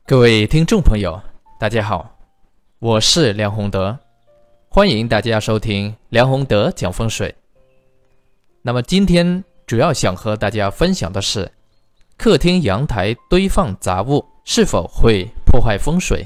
各位听众朋友，大家好，我是梁宏德，欢迎大家收听梁宏德讲风水。那么今天主要想和大家分享的是，客厅阳台堆放杂物是否会破坏风水？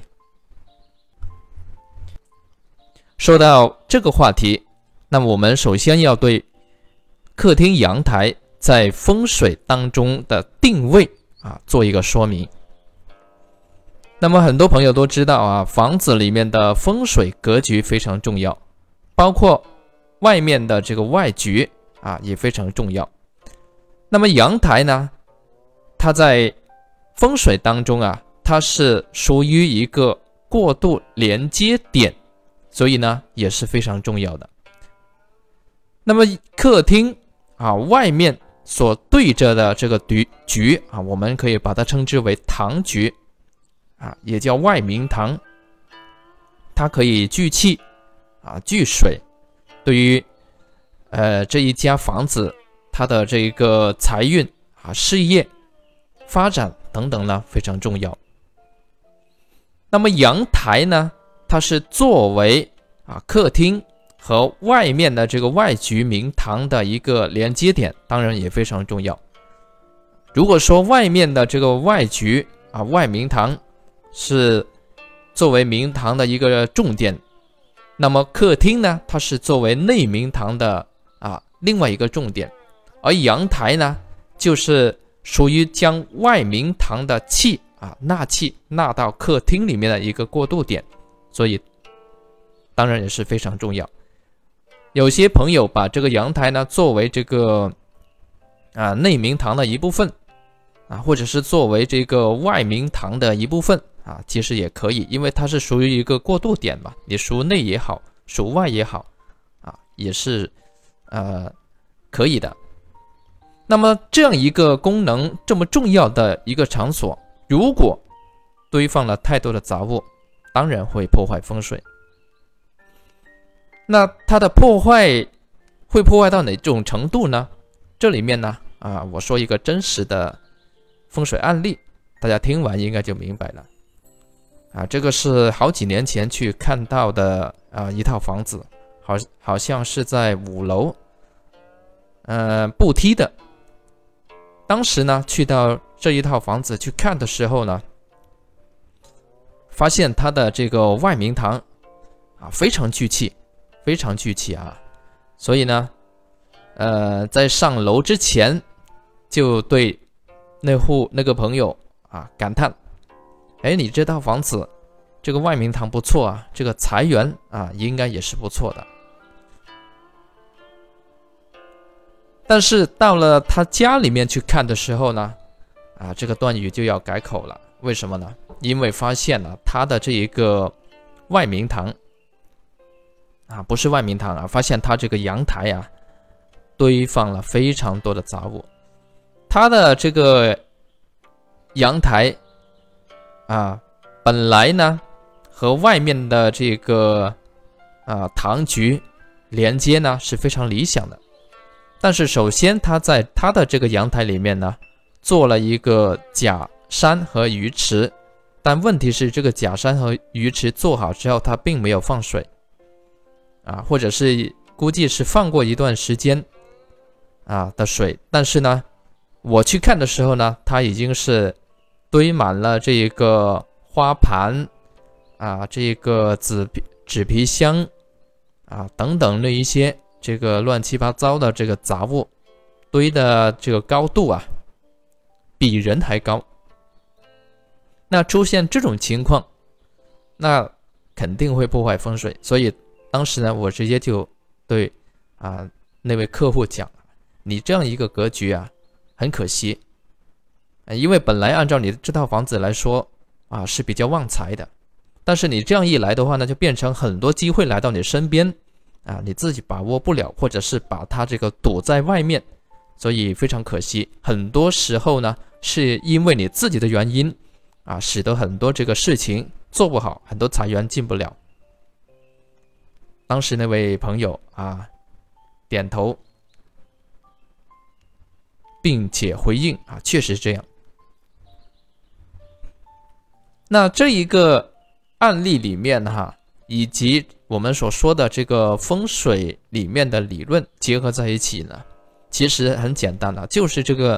说到这个话题，那么我们首先要对客厅阳台在风水当中的定位做一个说明。那么很多朋友都知道房子里面的风水格局非常重要，包括外面的这个外局也非常重要。那么阳台呢，它在风水当中它是属于一个过渡连接点，所以呢也是非常重要的。那么客厅外面所对着的这个局我们可以把它称之为堂局也叫外明堂，它可以聚气聚水，对于这一家房子它的这个财运事业发展等等呢非常重要。那么阳台呢，它是作为客厅和外面的这个外局明堂的一个连接点，当然也非常重要。如果说外面的这个外局外明堂是作为明堂的一个重点，那么客厅呢，它是作为内明堂的另外一个重点，而阳台呢，就是属于将外明堂的气纳气纳到客厅里面的一个过渡点，所以当然也是非常重要。有些朋友把这个阳台呢作为这个内明堂的一部分或者是作为这个外明堂的一部分其实也可以，因为它是属于一个过渡点嘛，你属内也好，属外也好也是可以的。那么这样一个功能这么重要的一个场所，如果堆放了太多的杂物，当然会破坏风水。那它的破坏会破坏到哪种程度呢？这里面呢我说一个真实的风水案例，大家听完应该就明白了这个是好几年前去看到的一套房子，好像是在5楼步梯的。当时呢去到这一套房子去看的时候呢，发现它的这个外明堂非常聚气，非常聚气所以呢在上楼之前就对那个朋友感叹，你这套房子这个外明堂不错这个财源应该也是不错的。但是到了他家里面去看的时候呢这个段语就要改口了。为什么呢？因为发现他的这一个外明堂不是外明堂发现他这个阳台堆放了非常多的杂物。他的这个阳台本来呢和外面的这个堂局连接呢是非常理想的，但是首先他在他的这个阳台里面呢做了一个假山和鱼池，但问题是这个假山和鱼池做好之后他并没有放水或者是估计是放过一段时间的水，但是呢我去看的时候呢，它已经是堆满了这个花盘这个纸皮箱等等的一些这个乱七八糟的这个杂物，堆的这个高度比人还高。那出现这种情况，那肯定会破坏风水。所以当时呢我直接就对那位客户讲，你这样一个格局很可惜，因为本来按照你这套房子来说是比较旺财的，但是你这样一来的话呢，就变成很多机会来到你身边你自己把握不了，或者是把它这个堵在外面，所以非常可惜。很多时候呢是因为你自己的原因使得很多这个事情做不好，很多财源进不了。当时那位朋友点头并且回应确实这样。 那这一个案例里面哈，以及我们所说的这个风水里面的理论结合在一起呢，其实很简单的，就是这个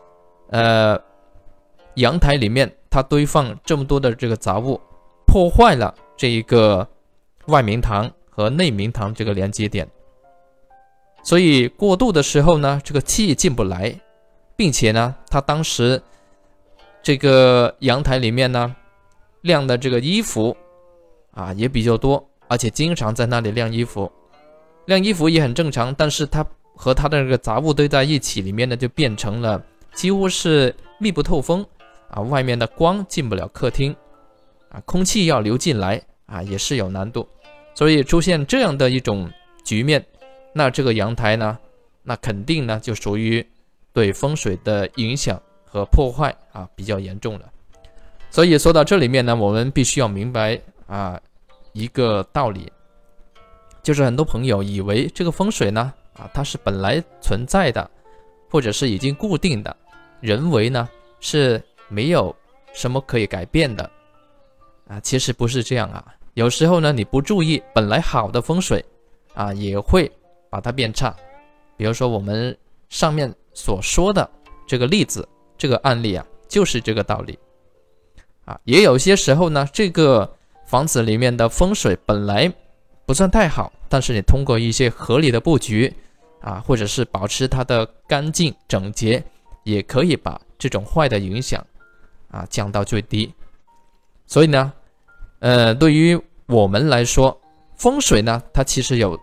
阳台里面它堆放这么多的这个杂物，破坏了这一个外明堂和内明堂这个连接点，所以过渡的时候呢，这个气进不来，并且呢，它当时这个阳台里面呢晾的这个衣服啊也比较多，而且经常在那里晾衣服也很正常，但是它和它的这个杂物堆在一起，里面呢就变成了几乎是密不透风啊，外面的光进不了客厅啊，空气要流进来啊也是有难度，所以出现这样的一种局面，那这个阳台呢，那肯定呢就属于对风水的影响和破坏啊比较严重了。所以说到这里面呢，我们必须要明白啊一个道理，就是很多朋友以为这个风水呢啊它是本来存在的，或者是已经固定的，人为呢是没有什么可以改变的啊，其实不是这样啊。有时候呢你不注意，本来好的风水啊也会把它变差。比如说我们上面所说的这个例子，这个案例啊，就是这个道理啊。也有些时候呢，这个房子里面的风水本来不算太好，但是你通过一些合理的布局啊，或者是保持它的干净整洁，也可以把这种坏的影响啊降到最低。所以呢对于我们来说，风水呢它其实有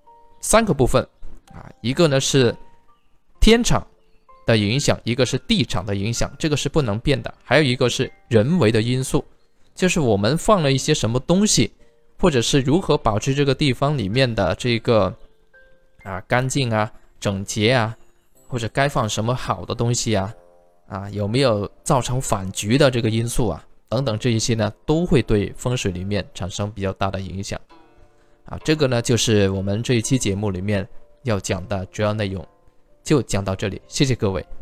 3个部分啊，一个呢是天场的影响，一个是地场的影响，这个是不能变的，还有一个是人为的因素，就是我们放了一些什么东西，或者是如何保持这个地方里面的这个干净啊整洁啊，或者该放什么好的东西啊有没有造成反局的这个因素啊等等，这一些呢都会对风水里面产生比较大的影响啊。这个呢就是我们这一期节目里面要讲的主要内容，就讲到这里，谢谢各位。